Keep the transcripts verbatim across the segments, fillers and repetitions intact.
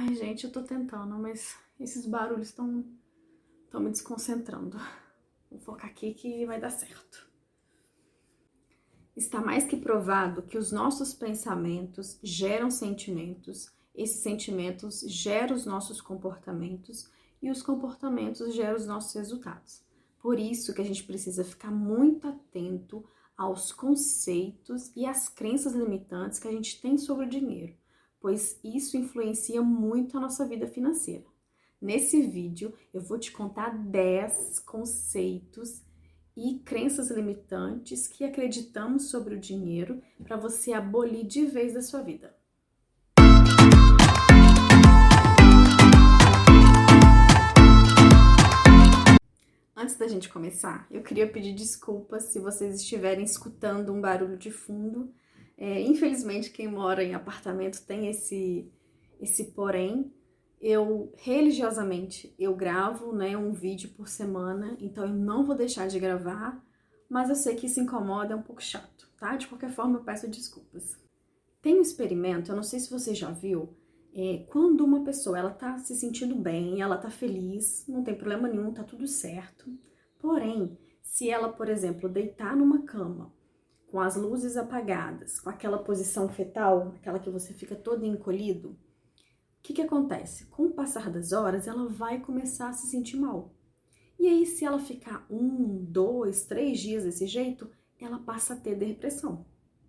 Ai, gente, eu tô tentando, mas esses barulhos estão estão me desconcentrando. Vou focar aqui que vai dar certo. Está mais que provado que os nossos pensamentos geram sentimentos, esses sentimentos geram os nossos comportamentos e os comportamentos geram os nossos resultados. Por isso que a gente precisa ficar muito atento aos conceitos e às crenças limitantes que a gente tem sobre o dinheiro, pois isso influencia muito a nossa vida financeira. Nesse vídeo eu vou te contar dez conceitos e crenças limitantes que acreditamos sobre o dinheiro para você abolir de vez da sua vida. Antes da gente começar, eu queria pedir desculpas se vocês estiverem escutando um barulho de fundo. É, infelizmente, quem mora em apartamento tem esse, esse porém. Eu, religiosamente, eu gravo, né, um vídeo por semana, então eu não vou deixar de gravar, mas eu sei que isso incomoda, é um pouco chato, tá? De qualquer forma, eu peço desculpas. Tem um experimento, eu não sei se você já viu, é, quando uma pessoa, ela tá se sentindo bem, ela tá feliz, não tem problema nenhum, tá tudo certo. Porém, se ela, por exemplo, deitar numa cama, com as luzes apagadas, com aquela posição fetal, aquela que você fica todo encolhido, o que que acontece? Com o passar das horas, ela vai começar a se sentir mal. E aí, se ela ficar um, dois, três dias desse jeito, ela passa a ter depressão.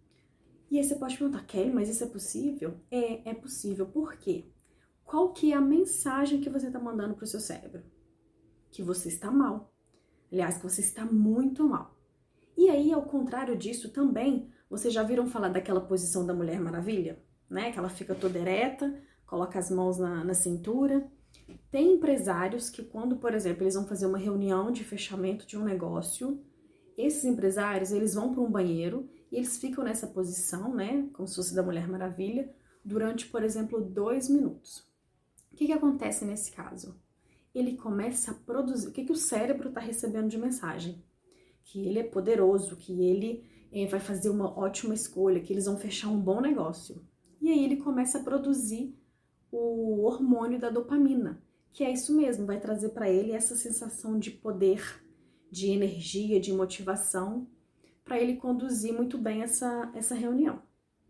E aí você pode perguntar, Kelly, mas isso é possível? É, é possível. Por quê? Qual que é a mensagem que você está mandando para o seu cérebro? Que você está mal. Aliás, que você está muito mal. E aí, ao contrário disso, também, vocês já viram falar daquela posição da Mulher Maravilha? Né? Que ela fica toda ereta, coloca as mãos na, na cintura. Tem empresários que quando, por exemplo, eles vão fazer uma reunião de fechamento de um negócio, esses empresários, eles vão para um banheiro e eles ficam nessa posição, né, como se fosse da Mulher Maravilha, durante, por exemplo, dois minutos. O que que acontece nesse caso? Ele começa a produzir, o que que o cérebro está recebendo de mensagem? Que ele é poderoso, que ele é, vai fazer uma ótima escolha, que eles vão fechar um bom negócio. E aí ele começa a produzir o hormônio da dopamina, que é isso mesmo, vai trazer para ele essa sensação de poder, de energia, de motivação, para ele conduzir muito bem essa, essa reunião.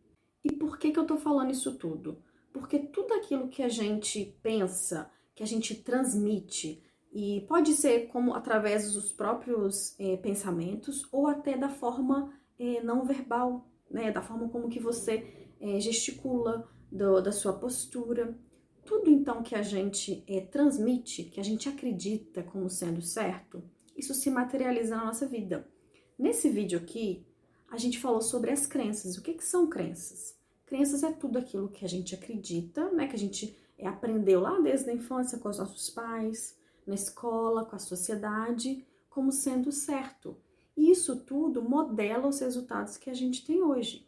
E por que que eu tô falando isso tudo? Porque tudo aquilo que a gente pensa, que a gente transmite, e pode ser como através dos próprios eh, pensamentos, ou até da forma eh, não verbal, né? Da forma como que você eh, gesticula, do, da sua postura. Tudo então que a gente é, transmite, que a gente acredita como sendo certo, isso se materializa na nossa vida. Nesse vídeo aqui, a gente falou sobre as crenças. O que que são crenças? Crenças é tudo aquilo que a gente acredita, né? Que a gente é, aprendeu lá desde a infância com os nossos pais, na escola, com a sociedade, como sendo certo. E isso tudo modela os resultados que a gente tem hoje.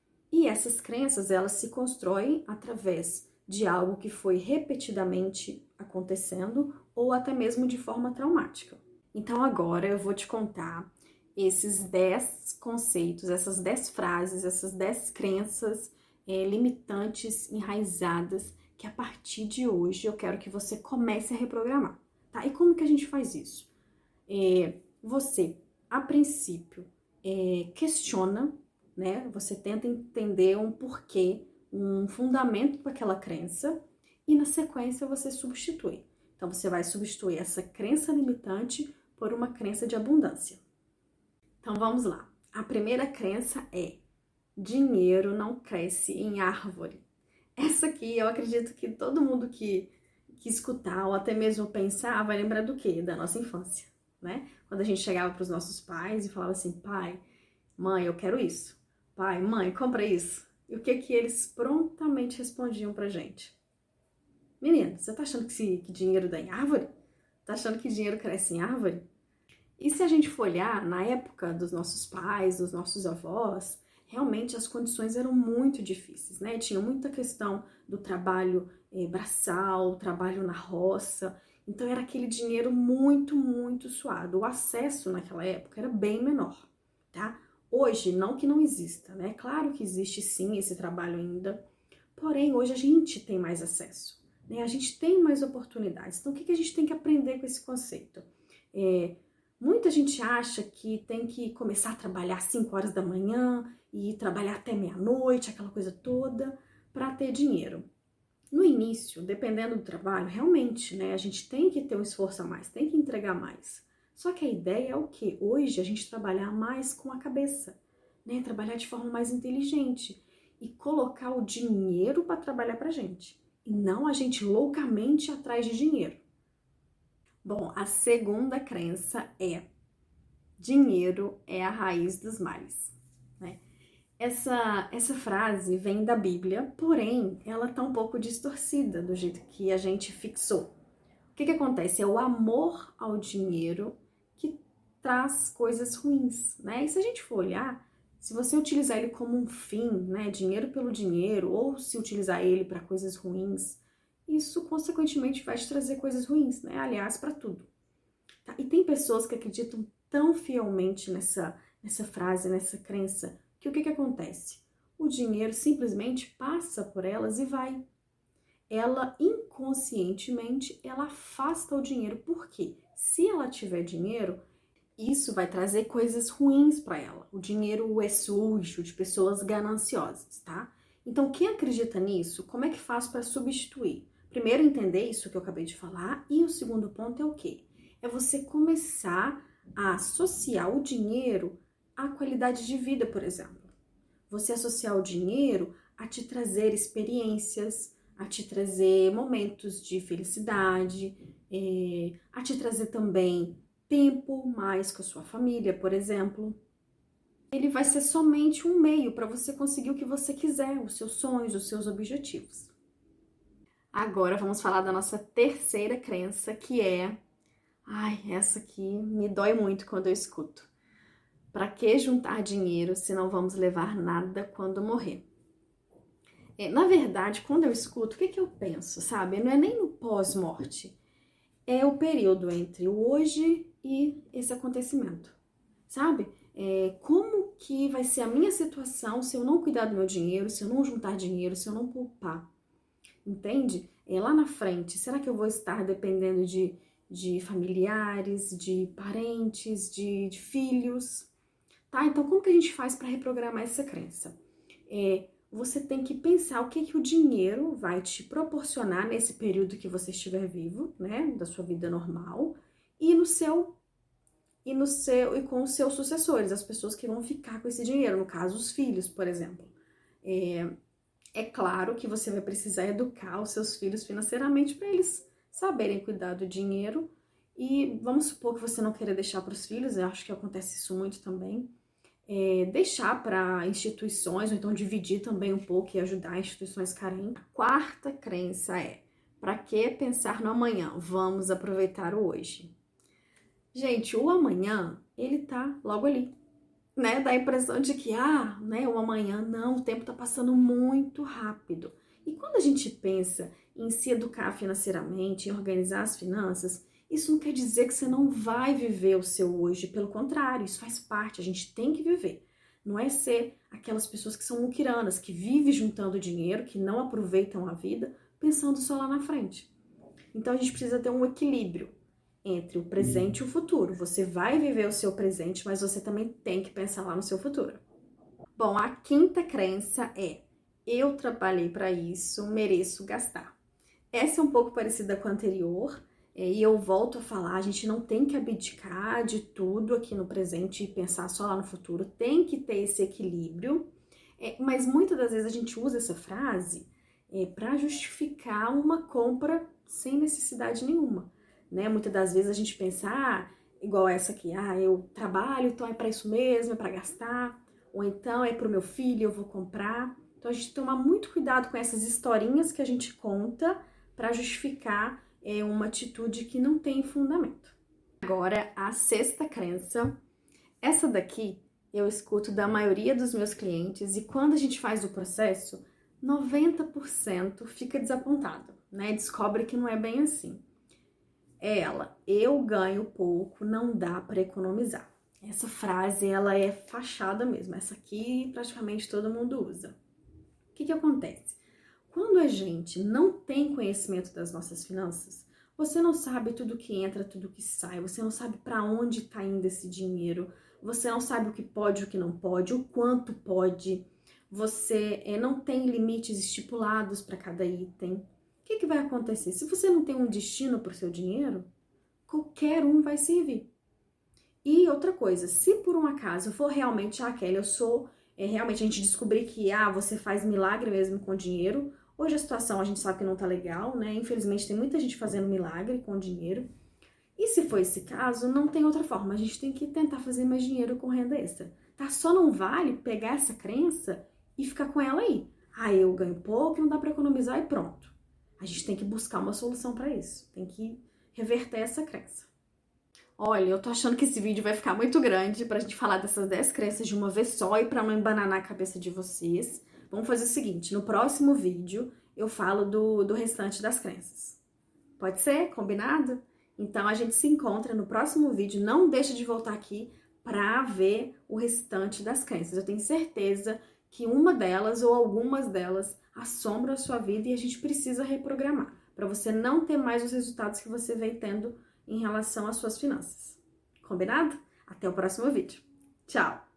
E essas crenças, elas se constroem através de algo que foi repetidamente acontecendo ou até mesmo de forma traumática. Então agora eu vou te contar esses dez conceitos, essas dez frases, essas dez crenças é, limitantes, enraizadas, que a partir de hoje eu quero que você comece a reprogramar, tá? E como que a gente faz isso? É, você, a princípio, é, questiona, né? Você tenta entender um porquê, um fundamento para aquela crença e na sequência você substitui. Então você vai substituir essa crença limitante por uma crença de abundância. Então vamos lá. A primeira crença é: dinheiro não cresce em árvore. Essa aqui eu acredito que todo mundo que, que escutar ou até mesmo pensar vai lembrar do quê? Da nossa infância, né? Quando a gente chegava para os nossos pais e falava assim: pai, mãe, eu quero isso. Pai, mãe, compra isso. E o que que eles prontamente respondiam pra gente? Menino, você tá achando que, se, que dinheiro dá em árvore? Tá achando que dinheiro cresce em árvore? E se a gente for olhar, na época dos nossos pais, dos nossos avós, realmente as condições eram muito difíceis, né? Tinha muita questão do trabalho eh, braçal, trabalho na roça. Então era aquele dinheiro muito, muito suado. O acesso naquela época era bem menor, tá? Hoje, não que não exista, né? Claro que existe sim esse trabalho ainda, porém hoje a gente tem mais acesso. né? A gente tem mais oportunidades. Então, o que a gente tem que aprender com esse conceito? É, muita gente acha que tem que começar a trabalhar às cinco horas da manhã e trabalhar até meia-noite, aquela coisa toda, para ter dinheiro. No início, dependendo do trabalho, realmente, né, a gente tem que ter um esforço a mais, tem que entregar mais. Só que a ideia é o quê? Hoje a gente trabalhar mais com a cabeça, né? Trabalhar de forma mais inteligente e colocar o dinheiro para trabalhar pra gente. E não a gente loucamente atrás de dinheiro. Bom, a segunda crença é: dinheiro é a raiz dos males, né? Essa, essa frase vem da Bíblia, porém, ela tá um pouco distorcida do jeito que a gente fixou. O que que acontece? É o amor ao dinheiro que traz coisas ruins, né? E se a gente for olhar, se você utilizar ele como um fim, né, dinheiro pelo dinheiro, ou se utilizar ele para coisas ruins, isso consequentemente vai te trazer coisas ruins, né? Aliás, para tudo. Tá? E tem pessoas que acreditam tão fielmente nessa, nessa frase, nessa crença, que o que que acontece? O dinheiro simplesmente passa por elas e vai. Ela inconscientemente, ela afasta o dinheiro. Por quê? Se ela tiver dinheiro, isso vai trazer coisas ruins para ela. O dinheiro é sujo, de pessoas gananciosas, tá? Então, quem acredita nisso, como é que faz para substituir? Primeiro, entender isso que eu acabei de falar. E o segundo ponto é o quê? É você começar a associar o dinheiro à qualidade de vida, por exemplo. Você associar o dinheiro a te trazer experiências, a te trazer momentos de felicidade, é, a te trazer também tempo mais com a sua família, por exemplo. Ele vai ser somente um meio para você conseguir o que você quiser, os seus sonhos, os seus objetivos. Agora vamos falar da nossa terceira crença, que é... Ai, essa aqui me dói muito quando eu escuto. Para que juntar dinheiro se não vamos levar nada quando morrer? É, na verdade, quando eu escuto, o que, que eu penso, sabe? Não é nem no pós-morte. É o período entre o hoje e esse acontecimento, sabe? É, como que vai ser a minha situação se eu não cuidar do meu dinheiro, se eu não juntar dinheiro, se eu não poupar? Entende? É, lá na frente, será que eu vou estar dependendo de, de familiares, de parentes, de, de filhos? Tá? Então, como que a gente faz para reprogramar essa crença? É, você tem que pensar o que, que o dinheiro vai te proporcionar nesse período que você estiver vivo, né, da sua vida normal, e no seu e no seu e com os seus sucessores, as pessoas que vão ficar com esse dinheiro, no caso, os filhos, por exemplo. É, é claro que você vai precisar educar os seus filhos financeiramente para eles saberem cuidar do dinheiro. E vamos supor que você não queira deixar para os filhos, eu acho que acontece isso muito também. É, deixar para instituições, ou então dividir também um pouco e ajudar instituições carentes. A quarta crença é: para que pensar no amanhã? Vamos aproveitar o hoje. Gente, o amanhã, ele tá logo ali, né? Dá a impressão de que, ah, né, o amanhã, não, o tempo tá passando muito rápido. E quando a gente pensa em se educar financeiramente, em organizar as finanças, isso não quer dizer que você não vai viver o seu hoje, pelo contrário, isso faz parte, a gente tem que viver. Não é ser aquelas pessoas que são muquiranas, que vivem juntando dinheiro, que não aproveitam a vida, pensando só lá na frente. Então a gente precisa ter um equilíbrio entre o presente e o futuro. Você vai viver o seu presente, mas você também tem que pensar lá no seu futuro. Bom, a quinta crença é: eu trabalhei para isso, mereço gastar. Essa é um pouco parecida com a anterior, e eu volto a falar, a gente não tem que abdicar de tudo aqui no presente e pensar só lá no futuro, tem que ter esse equilíbrio, é, mas muitas das vezes a gente usa essa frase é, para justificar uma compra sem necessidade nenhuma, né? Muitas das vezes a gente pensa, ah, igual essa aqui, ah, eu trabalho, então é para isso mesmo, é para gastar, ou então é para o meu filho, eu vou comprar. Então a gente tem que tomar muito cuidado com essas historinhas que a gente conta para justificar é uma atitude que não tem fundamento. Agora, a sexta crença. Essa daqui eu escuto da maioria dos meus clientes e quando a gente faz o processo, noventa por cento fica desapontado, né? Descobre que não é bem assim. É ela: eu ganho pouco, não dá para economizar. Essa frase, ela é fachada mesmo. Essa aqui praticamente todo mundo usa. O que que acontece? Quando a gente não tem conhecimento das nossas finanças, você não sabe tudo que entra, tudo que sai, você não sabe para onde está indo esse dinheiro, você não sabe o que pode e o que não pode, o quanto pode, você é, não tem limites estipulados para cada item. O que, que vai acontecer? Se você não tem um destino para o seu dinheiro, qualquer um vai servir. E outra coisa, se por um acaso for realmente, ah, Kelly, eu sou, é, realmente a gente descobrir que, ah, você faz milagre mesmo com dinheiro. Hoje a situação a gente sabe que não tá legal, né? Infelizmente tem muita gente fazendo milagre com dinheiro. E se for esse caso, não tem outra forma. A gente tem que tentar fazer mais dinheiro com renda extra, tá? Só não vale pegar essa crença e ficar com ela aí. Ah, eu ganho pouco, não dá para economizar e pronto. A gente tem que buscar uma solução para isso. Tem que reverter essa crença. Olha, eu tô achando que esse vídeo vai ficar muito grande pra gente falar dessas dez crenças de uma vez só e pra não embananar a cabeça de vocês. Vamos fazer o seguinte, no próximo vídeo eu falo do, do restante das crenças. Pode ser? Combinado? Então a gente se encontra no próximo vídeo. Não deixa de voltar aqui pra ver o restante das crenças. Eu tenho certeza que uma delas ou algumas delas assombram a sua vida e a gente precisa reprogramar pra você não ter mais os resultados que você vem tendo em relação às suas finanças. Combinado? Até o próximo vídeo. Tchau!